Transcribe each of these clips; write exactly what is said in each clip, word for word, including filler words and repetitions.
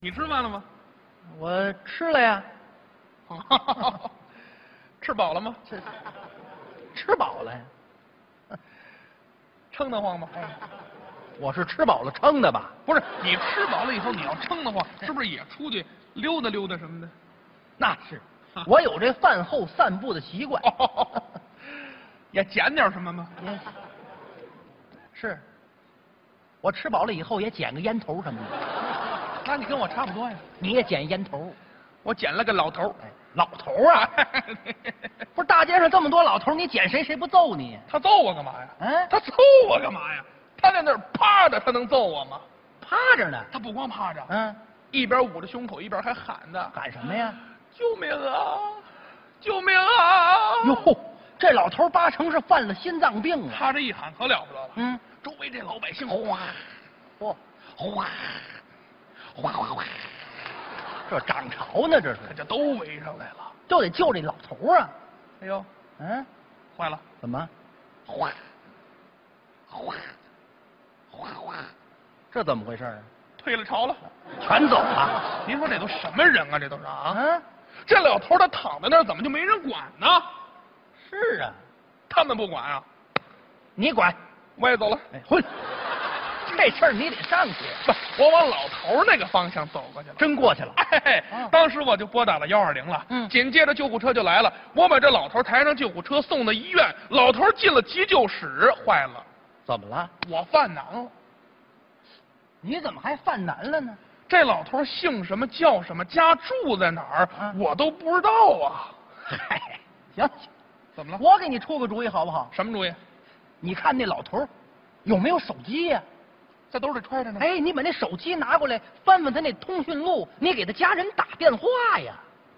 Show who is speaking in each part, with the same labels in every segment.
Speaker 1: 你吃饭了吗？
Speaker 2: 我吃了呀。
Speaker 1: 吃饱了吗？
Speaker 2: 这吃饱了呀。
Speaker 1: 撑得慌吗？
Speaker 2: 哎，我是吃饱了撑的吧？
Speaker 1: 不是，你吃饱了以后你要撑得慌，是不是也出去溜达溜达什么的？
Speaker 2: 那是，我有这饭后散步的习惯。
Speaker 1: 也捡点什么吗？
Speaker 2: 也是，我吃饱了以后也捡个烟头什么的。
Speaker 1: 那你跟我差不多呀。
Speaker 2: 你也捡烟头？
Speaker 1: 我捡了个老头。
Speaker 2: 哎，老头啊！不是大街上这么多老头，你捡谁谁不揍你？
Speaker 1: 他揍我干嘛呀？
Speaker 2: 嗯，
Speaker 1: 他揍我干嘛呀？他在那儿趴着，他能揍我吗？
Speaker 2: 趴着呢。
Speaker 1: 他不光趴着，
Speaker 2: 嗯，
Speaker 1: 一边捂着胸口，一边还喊的。
Speaker 2: 喊什么呀？
Speaker 1: 救命啊！救命啊！
Speaker 2: 哟，这老头八成是犯了心脏病啊！
Speaker 1: 他这一喊可了不得了。
Speaker 2: 嗯，
Speaker 1: 周围这老百姓哗，
Speaker 2: 嚯，
Speaker 1: 哗，哗哗哗，
Speaker 2: 这涨潮呢，这是，
Speaker 1: 可就都围上来了。
Speaker 2: 就得救这老头啊！
Speaker 1: 哎呦，
Speaker 2: 嗯，
Speaker 1: 坏了，
Speaker 2: 怎么？
Speaker 1: 哗，哗，哗哗，
Speaker 2: 这怎么回事啊？
Speaker 1: 退了潮了，
Speaker 2: 全走了。
Speaker 1: 您说这都什么人啊？这都是啊！
Speaker 2: 嗯，
Speaker 1: 这老头他躺在那儿，怎么就没人管呢？
Speaker 2: 是啊，
Speaker 1: 他们不管啊，
Speaker 2: 你管。
Speaker 1: 我也走了。
Speaker 2: 哎，混！这事儿你得上去。
Speaker 1: 不，我往老头那个方向走过去了。
Speaker 2: 真过去了。
Speaker 1: 哎，
Speaker 2: 啊
Speaker 1: 当时我就拨打了幺二零了。
Speaker 2: 嗯
Speaker 1: 紧接着救护车就来了，我把这老头抬上救护车，送到医院。老头进了急救室，坏了，
Speaker 2: 怎么了？
Speaker 1: 我犯难了。
Speaker 2: 你怎么还犯难了呢？
Speaker 1: 这老头姓什么叫什么，家住在哪儿，
Speaker 2: 啊
Speaker 1: 我都不知道啊。
Speaker 2: 嗨，行行，
Speaker 1: 怎么了？
Speaker 2: 我给你出个主意好不好？
Speaker 1: 什么主意？
Speaker 2: 你看那老头有没有手机呀、
Speaker 1: 在兜里揣着呢。
Speaker 2: 哎，你把那手机拿过来，翻翻他那通讯录，你给他家人打电话呀。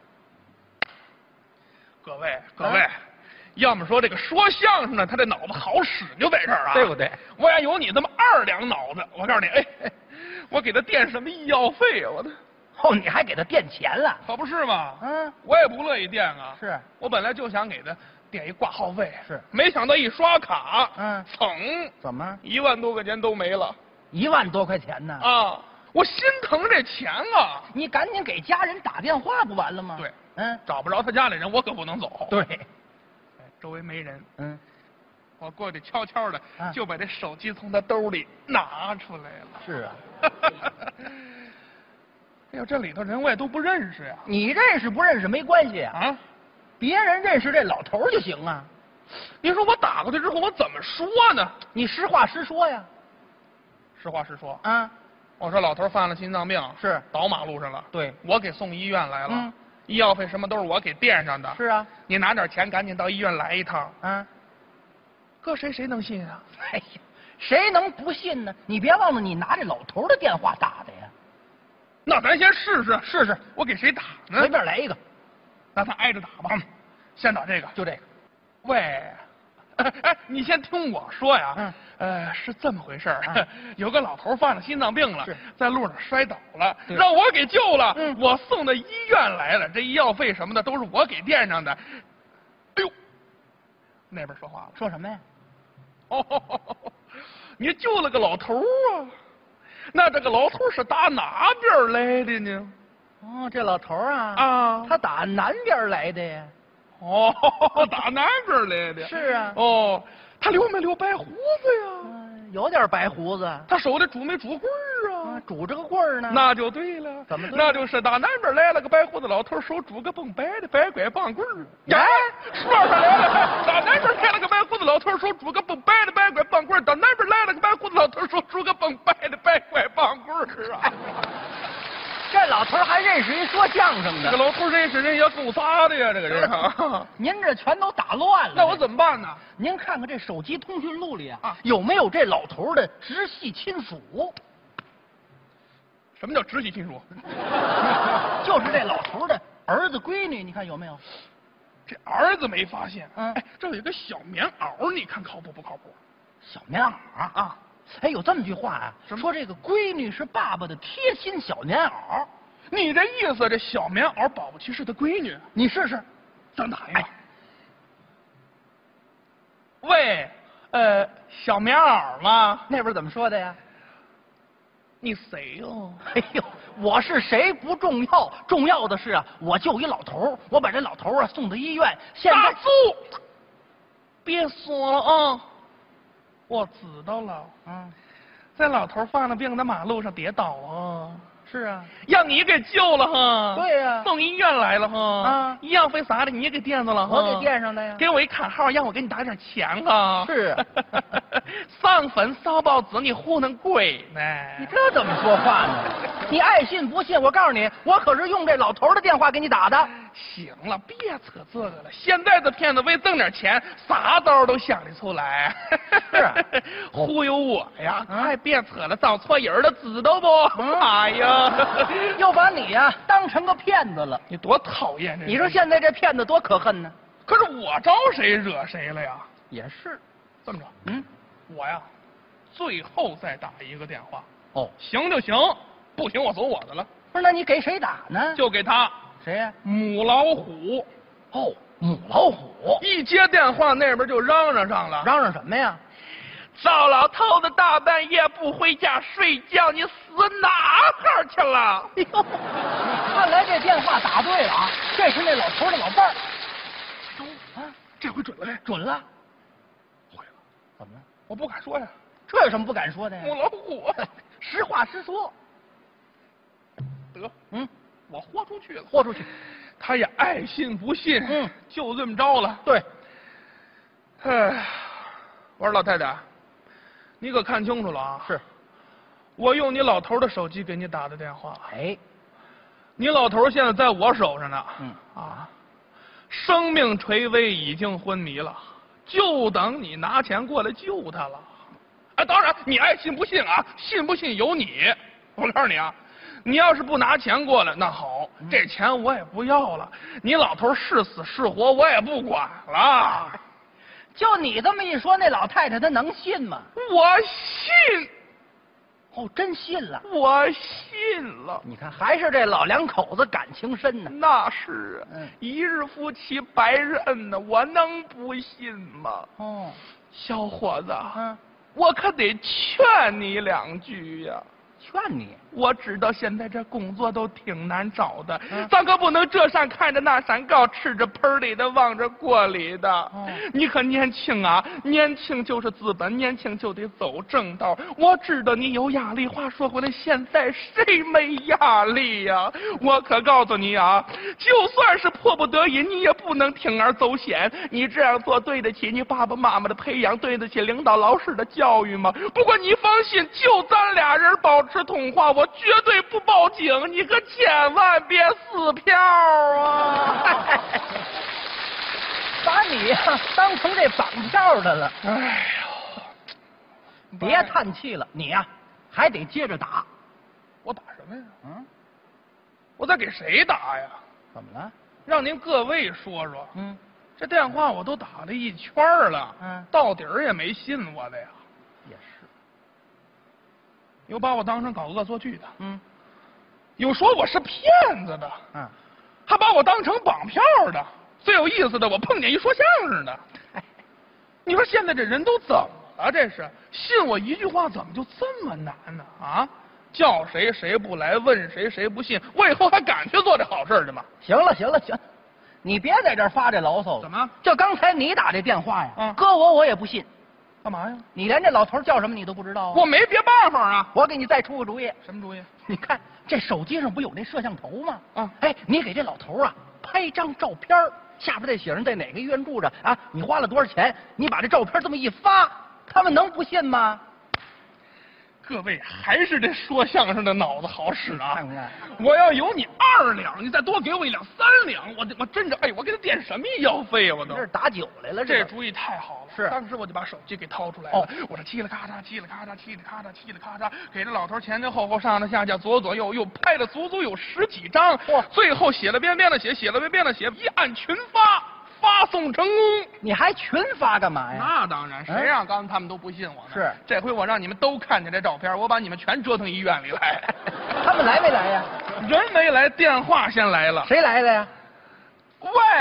Speaker 1: 各位各位，要么说这个说相声的，他这脑子好使就在这儿啊，
Speaker 2: 对不对？
Speaker 1: 我要有你这么二两脑子，我告诉你，哎，哎我给他垫什么医药费啊？我的，
Speaker 2: 哦，你还给他垫钱了？
Speaker 1: 可不是嘛？
Speaker 2: 嗯，
Speaker 1: 我也不乐意垫啊。
Speaker 2: 是
Speaker 1: 我本来就想给他垫一挂号费，
Speaker 2: 是
Speaker 1: 没想到一刷卡，
Speaker 2: 嗯
Speaker 1: 噌，
Speaker 2: 怎么
Speaker 1: 一万多块钱都没了
Speaker 2: 一万多块钱呢？
Speaker 1: 啊！我心疼这钱啊！
Speaker 2: 你赶紧给家人打电话不完了吗？
Speaker 1: 对，
Speaker 2: 嗯，
Speaker 1: 找不着他家里人，我可不能走。
Speaker 2: 对，
Speaker 1: 哎，周围没人，
Speaker 2: 嗯，
Speaker 1: 我过去悄悄的
Speaker 2: 啊
Speaker 1: 就把这手机从他兜里拿出来了。
Speaker 2: 是啊，
Speaker 1: 哎呦，这里头人我也都不认识呀！
Speaker 2: 你认识不认识没关系啊，
Speaker 1: 啊，
Speaker 2: 别人认识这老头儿就行啊。
Speaker 1: 您说我打过去之后我怎么说呢？
Speaker 2: 你实话实说呀。
Speaker 1: 实话实说，
Speaker 2: 啊，
Speaker 1: 我说老头犯了心脏病，
Speaker 2: 是
Speaker 1: 倒马路上了，
Speaker 2: 对，
Speaker 1: 我给送医院来了，
Speaker 2: 嗯
Speaker 1: 医药费什么都是我给垫上的。
Speaker 2: 是啊，
Speaker 1: 你拿点钱，赶紧到医院来一趟。
Speaker 2: 啊，
Speaker 1: 搁谁谁能信啊？
Speaker 2: 哎呀，谁能不信呢？你别忘了，你拿这老头儿的电话打的呀。
Speaker 1: 那咱先试试，
Speaker 2: 试试，
Speaker 1: 我给谁打呢？
Speaker 2: 随便来一个，
Speaker 1: 那咱挨着打吧。先打这个，
Speaker 2: 就这个。
Speaker 1: 喂，哎哎，你先听我说呀。
Speaker 2: 嗯。
Speaker 1: 呃，是这么回事儿，
Speaker 2: 啊
Speaker 1: 有个老头犯了心脏病了
Speaker 2: 是，
Speaker 1: 在路上摔倒了，
Speaker 2: 对
Speaker 1: 让我给救了，
Speaker 2: 嗯
Speaker 1: 我送到医院来了，这医药费什么的都是我给垫上的。哎呦，那边说话了，
Speaker 2: 说什么呀？
Speaker 1: 哦，你救了个老头啊？那这个老头是打哪边来的呢？
Speaker 2: 哦，这老头儿啊，
Speaker 1: 啊，
Speaker 2: 他打南边来的呀。
Speaker 1: 哦，打南边来的。
Speaker 2: 是啊
Speaker 1: 哦，他留没留白胡子呀？
Speaker 2: 嗯，有点白胡子。
Speaker 1: 他手里拄没拄棍儿啊
Speaker 2: 啊？，拄着个棍儿呢。
Speaker 1: 那就对了。
Speaker 2: 怎么对
Speaker 1: 那就是打南边来了个白胡子老头，手拄个蹦白的白拐棒棍儿。
Speaker 2: 哎
Speaker 1: 说上来了，打南边来了个白胡子老头，手拄个蹦白的白拐棒棍儿。打南边来了个白胡子老头，手拄个蹦白的白拐棒棍儿啊。
Speaker 2: 这老头儿还认识一说相声的。
Speaker 1: 这个老头认识人也够杂的呀，这个人啊。
Speaker 2: 您这全都打乱了。
Speaker 1: 那我怎么办呢？
Speaker 2: 您看看这手机通讯录里啊，
Speaker 1: 啊
Speaker 2: 有没有这老头儿的直系亲属？
Speaker 1: 什么叫直系亲属？
Speaker 2: 就是这老头儿的儿子、闺女，你看有没有？
Speaker 1: 这儿子没发现。
Speaker 2: 嗯
Speaker 1: 哎，这有一个小棉袄，你看靠谱不靠谱？
Speaker 2: 小棉袄啊！
Speaker 1: 啊，
Speaker 2: 哎，有这么句话啊，
Speaker 1: 什么
Speaker 2: 说这个闺女是爸爸的贴心小棉袄。
Speaker 1: 你这意思，这小棉袄保不齐是他闺女？
Speaker 2: 你试试。
Speaker 1: 咱打一个。
Speaker 2: 哎
Speaker 1: 喂，呃，小棉袄吗？
Speaker 2: 那边怎么说的呀？
Speaker 1: 你谁哟？
Speaker 2: 哎呦，我是谁不重要，重要的是啊，我救一老头儿，我把这老头儿啊送到医院。现在
Speaker 1: 大叔，别说了啊！我知道了，
Speaker 2: 嗯，
Speaker 1: 这老头犯了病，在马路上跌倒啊，
Speaker 2: 是啊，
Speaker 1: 让你给救了哈。
Speaker 2: 对呀
Speaker 1: 送医院来了哈。
Speaker 2: 啊
Speaker 1: 医药费啥的你也给垫上了哈。
Speaker 2: 我给垫上的呀。
Speaker 1: 给我一卡号，让我给你打点钱哈。
Speaker 2: 是啊
Speaker 1: 上坟烧报纸，你糊弄鬼呢？
Speaker 2: 你这怎么说话呢？你爱信不信？我告诉你，我可是用这老头儿的电话给你打的。
Speaker 1: 行了，别扯这个了。现在这骗子为挣点钱，啥招都想得出来。
Speaker 2: 是啊
Speaker 1: 忽悠我呀！
Speaker 2: 嗯
Speaker 1: 快别扯了，找错人了，知道不？
Speaker 2: 嗯
Speaker 1: 哎呀，
Speaker 2: 又把你呀、当成个骗子了。
Speaker 1: 你多讨厌这！
Speaker 2: 你说现在这骗子多可恨呢？
Speaker 1: 可是我招谁惹谁了呀？
Speaker 2: 也是。
Speaker 1: 这么着，
Speaker 2: 嗯，
Speaker 1: 我呀，最后再打一个电话，
Speaker 2: 哦，
Speaker 1: 行就行，不行我走我的了，
Speaker 2: 不是，那你给谁打呢？
Speaker 1: 就给他
Speaker 2: 谁呀、
Speaker 1: 母老虎。
Speaker 2: 哦，母老虎。
Speaker 1: 一接电话，那边就嚷嚷上了，
Speaker 2: 嚷嚷什么呀？
Speaker 1: 赵老头子大半夜不回家睡觉，你死哪哈去了？
Speaker 2: 哎呦，看来这电话打对了啊，这是那老头儿的老伴儿。
Speaker 1: 哟
Speaker 2: 啊，
Speaker 1: 这回准了呗？
Speaker 2: 准了。
Speaker 1: 坏了，
Speaker 2: 怎么了？
Speaker 1: 我不敢说呀。
Speaker 2: 这有什么不敢说的呀？
Speaker 1: 母老虎，
Speaker 2: 实话实说。
Speaker 1: 得，
Speaker 2: 嗯，
Speaker 1: 我豁出去了。
Speaker 2: 豁出去。
Speaker 1: 他也爱信不信，
Speaker 2: 嗯，
Speaker 1: 就这么着了。
Speaker 2: 对，
Speaker 1: 哎，我说老太太，你可看清楚了啊！
Speaker 2: 是。
Speaker 1: 我用你老头的手机给你打的电话，
Speaker 2: 哎，
Speaker 1: 你老头现在在我手上呢。
Speaker 2: 嗯
Speaker 1: 啊，生命垂危，已经昏迷了，就等你拿钱过来救他了。哎，当然你爱信不信啊，信不信由你。我告诉你啊，你要是不拿钱过来，那好，这钱我也不要了。你老头是死是活，我也不管了。
Speaker 2: 就你这么一说，那老太太她能信吗？
Speaker 1: 我信，
Speaker 2: 哦，真信了。
Speaker 1: 我信了。
Speaker 2: 你看，还是这老两口子感情深呢。
Speaker 1: 那是啊，
Speaker 2: 嗯
Speaker 1: 一日夫妻百日恩呢，我能不信吗？
Speaker 2: 哦，
Speaker 1: 小伙子，
Speaker 2: 嗯，
Speaker 1: 我可得劝你两句呀。
Speaker 2: 劝你。
Speaker 1: 我知道现在这工作都挺难找的，
Speaker 2: 嗯
Speaker 1: 咱可不能这山看着那山高，吃着盆里的忘着锅里的。
Speaker 2: 哦
Speaker 1: 你可年轻啊，年轻就是资本，年轻就得走正道。我知道你有压力，话说回来，现在谁没压力呀、我可告诉你啊，就算是迫不得已，你也不能铤而走险。你这样做对得起你爸爸妈妈的培养，对得起领导老师的教育吗？不过你放心，就咱俩人保持通话，我绝对不报警，你可千万别撕票啊！
Speaker 2: 把你呀、当成这绑票的了。
Speaker 1: 哎呦，
Speaker 2: 别叹气了，你呀、还得接着打。
Speaker 1: 我打什么呀？
Speaker 2: 嗯，
Speaker 1: 我在给谁打呀？
Speaker 2: 怎么了？
Speaker 1: 让您各位说说。
Speaker 2: 嗯，
Speaker 1: 这电话我都打了一圈儿了，
Speaker 2: 嗯
Speaker 1: 到底儿也没信我的呀。
Speaker 2: 也是。
Speaker 1: 有把我当成搞恶作剧的，
Speaker 2: 嗯
Speaker 1: 有说我是骗子的，
Speaker 2: 嗯，
Speaker 1: 还把我当成绑票的。最有意思的，我碰见一说相声的。你说现在这人都怎么了？这是信我一句话，怎么就这么难呢？啊，叫谁谁不来，问谁谁不信，我以后还敢去做这好事去吗？
Speaker 2: 行了行了行了，你别在这儿发这牢骚了。
Speaker 1: 怎么
Speaker 2: 就刚才你打这电话呀？
Speaker 1: 嗯
Speaker 2: 搁我我也不信。
Speaker 1: 干嘛呀？
Speaker 2: 你连这老头叫什么你都不知道啊？
Speaker 1: 我没别办法啊。
Speaker 2: 我给你再出个主意。
Speaker 1: 什么主意？
Speaker 2: 你看这手机上不有那摄像头吗？
Speaker 1: 啊
Speaker 2: 哎，你给这老头啊拍张照片儿，下边再写上在哪个医院住着啊，你花了多少钱，你把这照片这么一发，他们能不信吗？
Speaker 1: 各位还是这说相声的脑子好使啊！
Speaker 2: 看看
Speaker 1: 我要有你二两，你再多给我一两三两，我我真是哎，我给他垫什么医药费啊？我都
Speaker 2: 这是打酒来了，个
Speaker 1: 这主意太好了。
Speaker 2: 是
Speaker 1: 当时我就把手机给掏出来了，
Speaker 2: 哦
Speaker 1: 我这嘁哩咔嚓，嘁哩咔嚓，嘁哩咔嚓，嘁哩咔嚓，给这老头前前后后、上上下下、左左右右拍了足足有十几张，
Speaker 2: 嚯
Speaker 1: 最后写了遍遍的写，写了遍遍的写，一按群发，发送成功。
Speaker 2: 你还群发干嘛呀？
Speaker 1: 那当然，谁让刚才他们都不信我呢？
Speaker 2: 是
Speaker 1: 这回我让你们都看见这照片，我把你们全折腾医院里来。
Speaker 2: 他们来没来呀？
Speaker 1: 人没来，电话先来了。
Speaker 2: 谁来的呀？
Speaker 1: 喂，哎，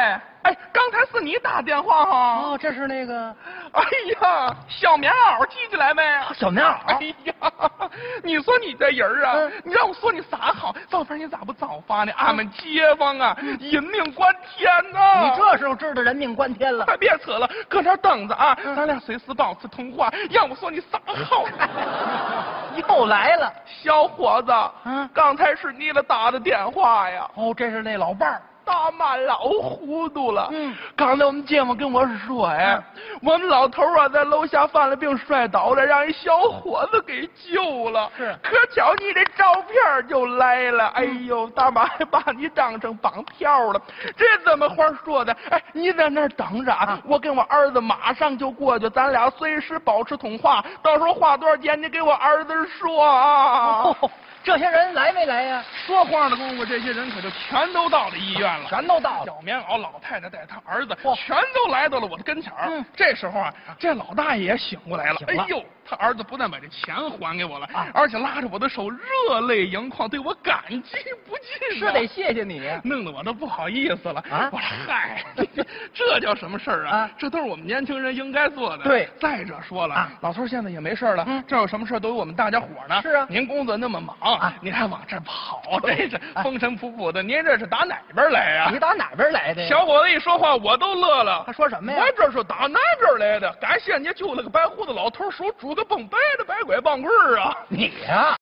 Speaker 1: 哎，刚才是你打电话哈？
Speaker 2: 哦，这是那个，
Speaker 1: 哎呀，小棉袄记起来没？
Speaker 2: 小棉袄。
Speaker 1: 哎呀，你说你这人啊，
Speaker 2: 嗯、
Speaker 1: 你让我说你啥好？照片你咋不早发呢？俺们街坊啊，人命关天呐！
Speaker 2: 你这时候知道人命关天了？
Speaker 1: 快别扯了，搁这等着啊，
Speaker 2: 嗯、
Speaker 1: 咱俩随时保持通话。让我说你啥好？
Speaker 2: 又来了，
Speaker 1: 小伙子，
Speaker 2: 嗯，
Speaker 1: 刚才是你的打的电话呀。
Speaker 2: 哦，这是那老伴儿。
Speaker 1: 大妈老糊涂了。
Speaker 2: 嗯，
Speaker 1: 刚才我们街坊跟我说呀，嗯、我们老头啊在楼下犯了病摔倒了，让一小伙子给救了。
Speaker 2: 是，
Speaker 1: 可巧你这照片就来了。哎呦，大妈还把你当成绑票了，这怎么话说的？哎，你在那儿等着啊，我跟我儿子马上就过去，咱俩随时保持通话。到时候花多少钱，你给我儿子说啊。
Speaker 2: 哦，这些人来没来呀？
Speaker 1: 说话的功夫，这些人可就全都到了医院了，
Speaker 2: 全都到了。
Speaker 1: 小棉袄老太太带她儿子，全都来到了我的跟前儿。
Speaker 2: 嗯，
Speaker 1: 这时候啊，这老大爷也醒过来了。
Speaker 2: 醒了
Speaker 1: 哎呦，他儿子不但把这钱还给我了，
Speaker 2: 啊、
Speaker 1: 而且拉着我的手，热泪盈眶，对我感激不尽。
Speaker 2: 是得谢谢你呀，
Speaker 1: 弄得我都不好意思了。
Speaker 2: 啊，
Speaker 1: 我说嗨，这叫什么事儿啊？
Speaker 2: 啊，
Speaker 1: 这都是我们年轻人应该做的。
Speaker 2: 对，
Speaker 1: 再者说了，
Speaker 2: 啊、
Speaker 1: 老头现在也没事了，
Speaker 2: 嗯，
Speaker 1: 这有什么事都有我们大家伙呢。
Speaker 2: 是啊，
Speaker 1: 您工作那么忙
Speaker 2: 啊，
Speaker 1: 您还往这儿跑，这是风尘仆仆的。您这是打哪边来呀？
Speaker 2: 你打哪边来的呀？
Speaker 1: 小伙子一说话，我都乐了。
Speaker 2: 他说什么呀？
Speaker 1: 我这是打哪边来的？感谢你救了个白胡子老头，手拄个蹦白的白拐棒棍儿啊！
Speaker 2: 你呀、